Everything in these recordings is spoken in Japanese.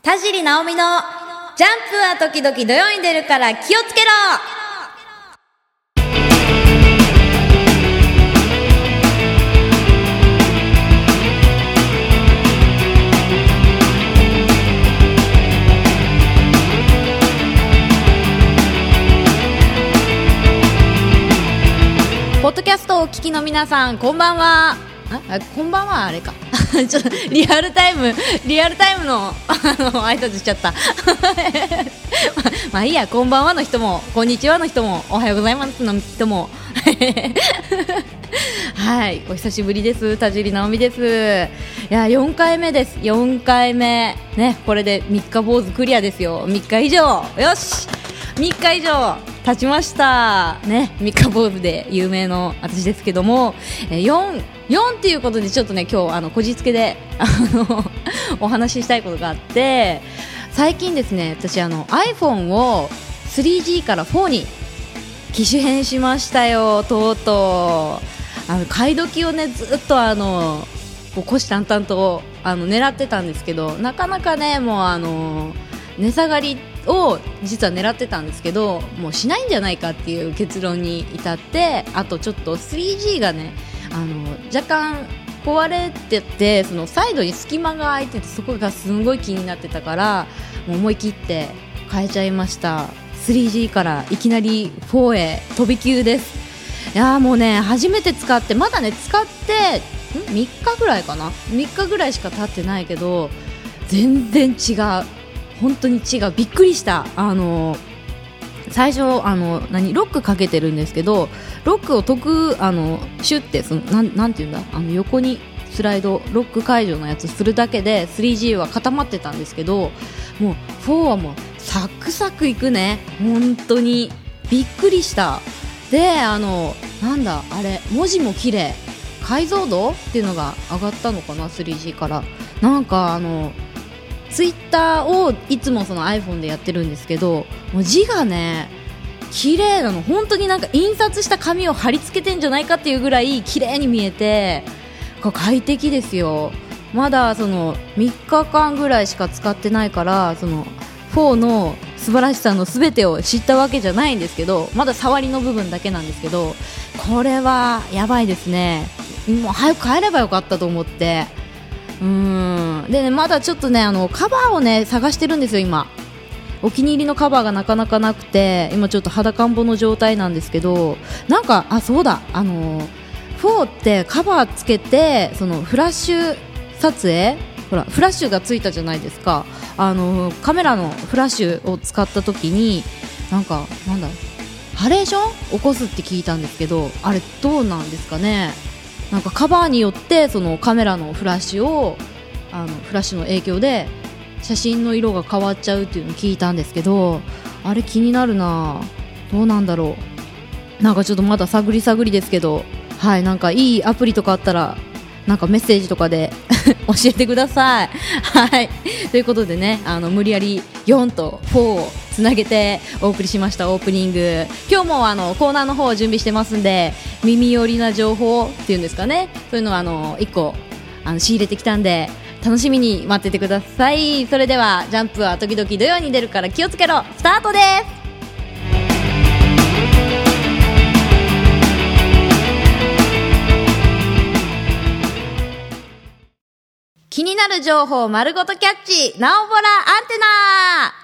田尻直美のジャンプは時々土曜に出るから気をつけろ。ポッドキャストをお聞きの皆さん、こんばんは。こんばんは、あれかちょっとリアルタイムの挨拶しちゃったまあいいや、こんばんはの人もこんにちはの人もおはようございますの人もはい、お久しぶりです。田尻直美です。いや、4回目です。4回目ね、これで3日坊主クリアですよ。3日以上、よし、3日以上経ちましたね。3日坊主で有名の私ですけども、4っていうことでちょっとね、今日こじつけでお話ししたいことがあって、最近ですね、私iPhone を 3G から4に機種変しましたよ。とうとう買い時をね、ずっと虎視眈々と狙ってたんですけど、なかなかね、もう値下がりを実は狙ってたんですけど、もうしないんじゃないかっていう結論に至って、あとちょっと 3G がね、若干壊れてて、そのサイドに隙間が空いてて、そこがすごい気になってたから、もう思い切って変えちゃいました。 3G からいきなり4へ飛び級です。いやー、もうね、初めて使って、まだね、使って3日ぐらいかな、3日ぐらいしか経ってないけど、全然違う、本当に違う、びっくりした。最初ロックかけてるんですけど、ロックをシュッてなんていうんだ、横にスライドロック解除のやつするだけで 3G は固まってたんですけど、もう4はもうサクサクいくね。本当にびっくりした。で、なんだあれ、文字も綺麗、解像度っていうのが上がったのかな、 3G から。なんかツイッターをいつもその iPhone でやってるんですけど、もう字がね、綺麗なの。本当になんか印刷した紙を貼り付けてんじゃないかっていうぐらい綺麗に見えて、快適ですよ。まだその3日間ぐらいしか使ってないから、その4の素晴らしさの全てを知ったわけじゃないんですけど、まだ触りの部分だけなんですけど、これはやばいですね。もう早く帰ればよかったと思って。でね、まだちょっとね、カバーをね、探してるんですよ。今お気に入りのカバーがなかなかなくて、今ちょっと裸んぼの状態なんですけど、なんかそうだ、4ってカバーつけて、そのフラッシュ撮影、ほらフラッシュがついたじゃないですか。カメラのフラッシュを使った時に、なんだハレーション起こすって聞いたんですけど、あれどうなんですかね。なんかカバーによってそのカメラのフラッシュをフラッシュの影響で写真の色が変わっちゃうっていうのを聞いたんですけど、あれ気になるな。どうなんだろう。なんかちょっとまだ探りですけど、はい、なんかいいアプリとかあったら、なんかメッセージとかで教えてください。はい、ということでね、無理やり4と4をつなげてお送りしましたオープニング。今日もコーナーの方を準備してますんで、耳寄りな情報っていうんですかね、そういうのを1個仕入れてきたんで、楽しみに待っててください。それでは、ジャンプは時々土曜に出るから気をつけろ、スタートです。気になる情報丸ごとキャッチ、ナオボラアンテナ。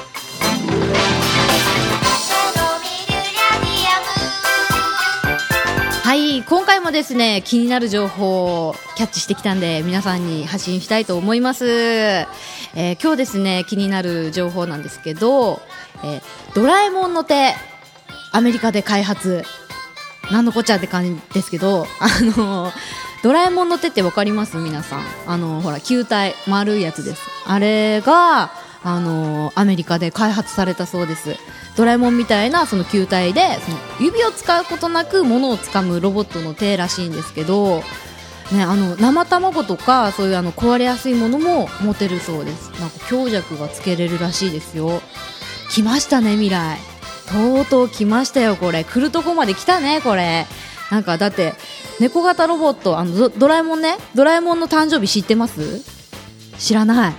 はい、今回もですね、気になる情報をキャッチしてきたんで、皆さんに発信したいと思います。今日ですね、気になる情報なんですけど、ドラえもんの手、アメリカで開発。なんのこっちゃって感じですけど、ドラえもんの手ってわかります？皆さん。ほら、球体丸いやつです。あれがアメリカで開発されたそうです。ドラえもんみたいなその球体で、その指を使うことなく物を掴むロボットの手らしいんですけど、ね、生卵とかそういう壊れやすいものも持てるそうです。なんか強弱がつけれるらしいですよ。来ましたね、未来。とうとう来ましたよ。これ来るとこまで来たね。これなんかだって猫型ロボット、ドラえもんね、ドラえもんの誕生日知ってます？知らない。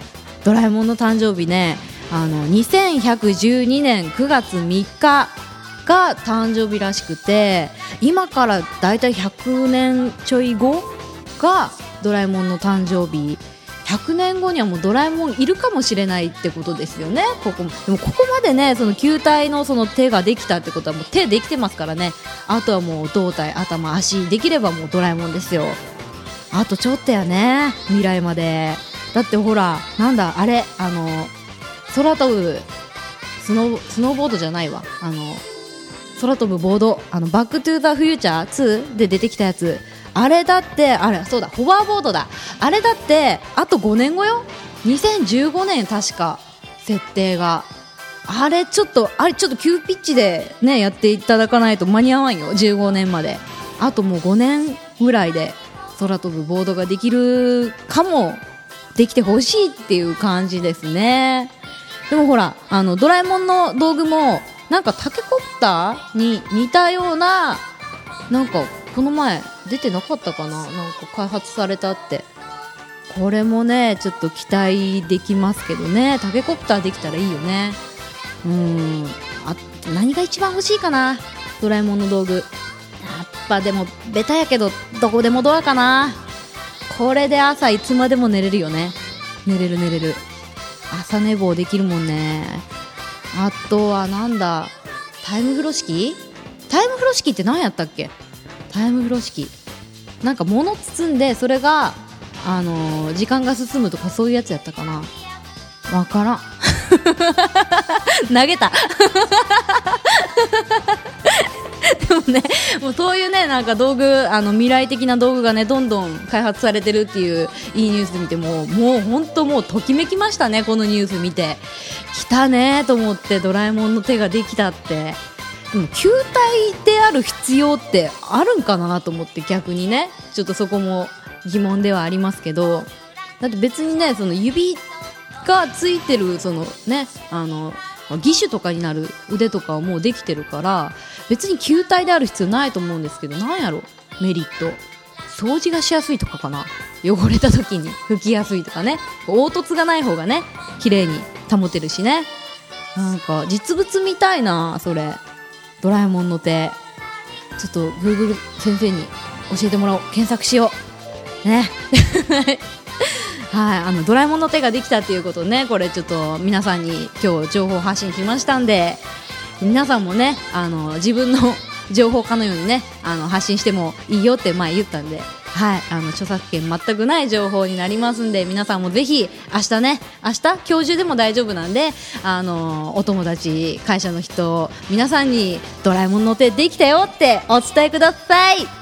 ドラえもんの誕生日ね、2112年9月3日が誕生日らしくて、今からだいたい100年ちょい後がドラえもんの誕生日。100年後にはもうドラえもんいるかもしれないってことですよね。でもここまでね、その球体のその手ができたってことはもう手できてますからね。あとはもう胴体、頭、足できればもうドラえもんですよ。あとちょっとやね、未来まで。だってほら、なんだあれ、空飛ぶスノーボードじゃないわ、空飛ぶボード、バックトゥーザフューチャー2で出てきたやつ、あれだって、そうだ、ホバーボードだ、あれだってあと5年後よ。2015年確か設定が。あれちょっと急ピッチでねやっていただかないと間に合わんよ。15年まであともう5年ぐらいで空飛ぶボードができるかも、できてほしいっていう感じですね。でもほら、ドラえもんの道具もなんかタケコプターに似たような、なんかこの前出てなかったかな、なんか開発されたって。これもねちょっと期待できますけどね。タケコプターできたらいいよね。あと何が一番欲しいかな、ドラえもんの道具。やっぱでもベタやけどどこでもドアかな。これで朝いつまでも寝れるよね。寝れる、朝寝坊できるもんね。あとはなんだ、タイム風呂敷って何やったっけ。タイム風呂敷なんか物包んで、それが時間が進むとかそういうやつやったかな、わからん投げたでもね、もうそういうね、なんか道具、未来的な道具がねどんどん開発されてるっていういいニュース見て、もう本当もうときめきましたね。このニュース見て来たねと思って、ドラえもんの手ができたって。でも球体である必要ってあるんかなと思って、逆にねちょっとそこも疑問ではありますけど、だって別にね、その指がついてるそのね、義手とかになる腕とかはもうできてるから、別に球体である必要ないと思うんですけど、なんやろメリット、掃除がしやすいとかかな。汚れた時に拭きやすいとかね、凹凸がない方がね綺麗に保てるしね。なんか実物みたいな、それドラえもんの手。ちょっと Google 先生に教えてもらおう、検索しようねはい、ドラえもんの手ができたっていうことをね、これちょっと皆さんに今日情報発信しましたんで、皆さんもね自分の情報かのようにね発信してもいいよって前言ったんで、はい、著作権全くない情報になりますんで、皆さんもぜひ明日今日中でも大丈夫なんで、お友達、会社の人、皆さんにドラえもんの手できたよってお伝えください。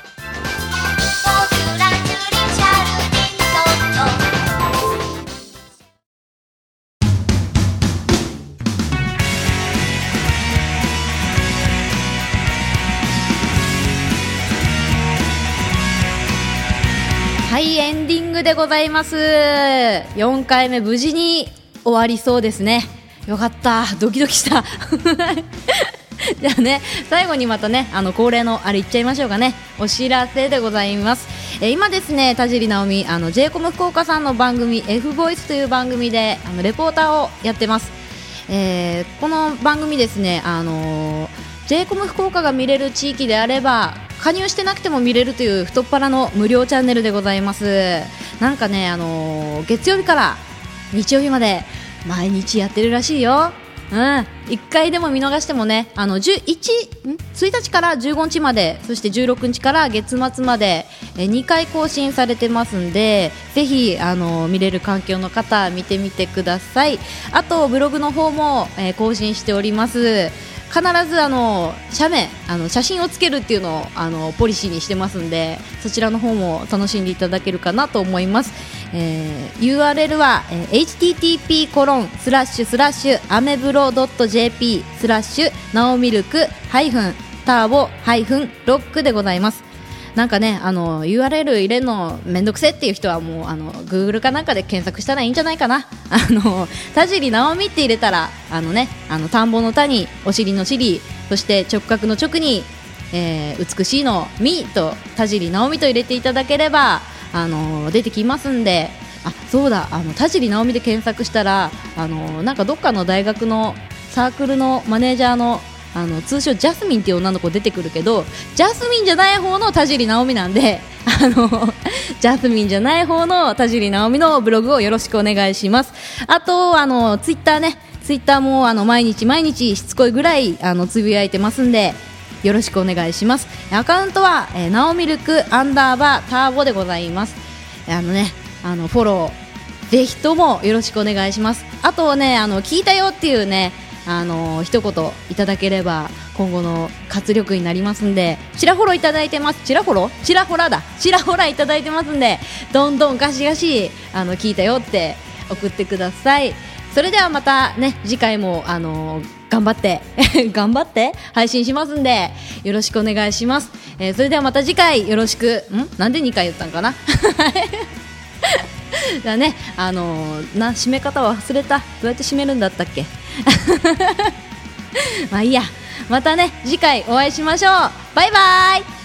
はい、エンディングでございます。4回目無事に終わりそうですね。よかった、ドキドキしたじゃあね、最後にまたね恒例のあれ言っちゃいましょうかね。お知らせでございます。今ですね、田尻直美j コム福岡さんの番組 F ボイスという番組でレポーターをやってます。この番組ですね、j コム福岡が見れる地域であれば加入してなくても見れるという太っ腹の無料チャンネルでございます。なんかね、月曜日から日曜日まで毎日やってるらしいよ。1回でも見逃してもね、1日から15日まで、そして16日から月末まで2回更新されてますんで、ぜひ見れる環境の方見てみてください。あとブログの方も、更新しております。必ず写真をつけるっていうのをポリシーにしてますんで、そちらの方も楽しんでいただけるかなと思います。URL は、http://amebro.jp/ ナオミルクターボロックでございます。なんかねURL 入れるのめんどくせっていう人はもうGoogle かなんかで検索したらいいんじゃないかな。田尻直美って入れたら田んぼの田にお尻の尻、そして直角の直に、美しいのみと田尻直美と入れていただければ出てきますんで、 そうだ、田尻直美で検索したらなんかどっかの大学のサークルのマネージャーの通称ジャスミンっていう女の子出てくるけど、ジャスミンじゃない方の田尻直美なんでジャスミンじゃない方の田尻直美のブログをよろしくお願いします。あとツイッターね、ツイッターも毎日しつこいぐらいつぶやいてますんでよろしくお願いします。アカウントは、ナオミルク_ターボでございます。フォローぜひともよろしくお願いします。あとね聞いたよっていうね一言いただければ今後の活力になりますんで、ちらほらいただいてます。ちらほらいただいてますんで、どんどんガシガシ聞いたよって送ってください。それではまたね、次回も頑張って配信しますんでよろしくお願いします。それではまた次回よろしく。なんで2回言ったんかなだね、締め方は忘れた。どうやって締めるんだったっけまあいいや、またね次回お会いしましょう。バイバイ。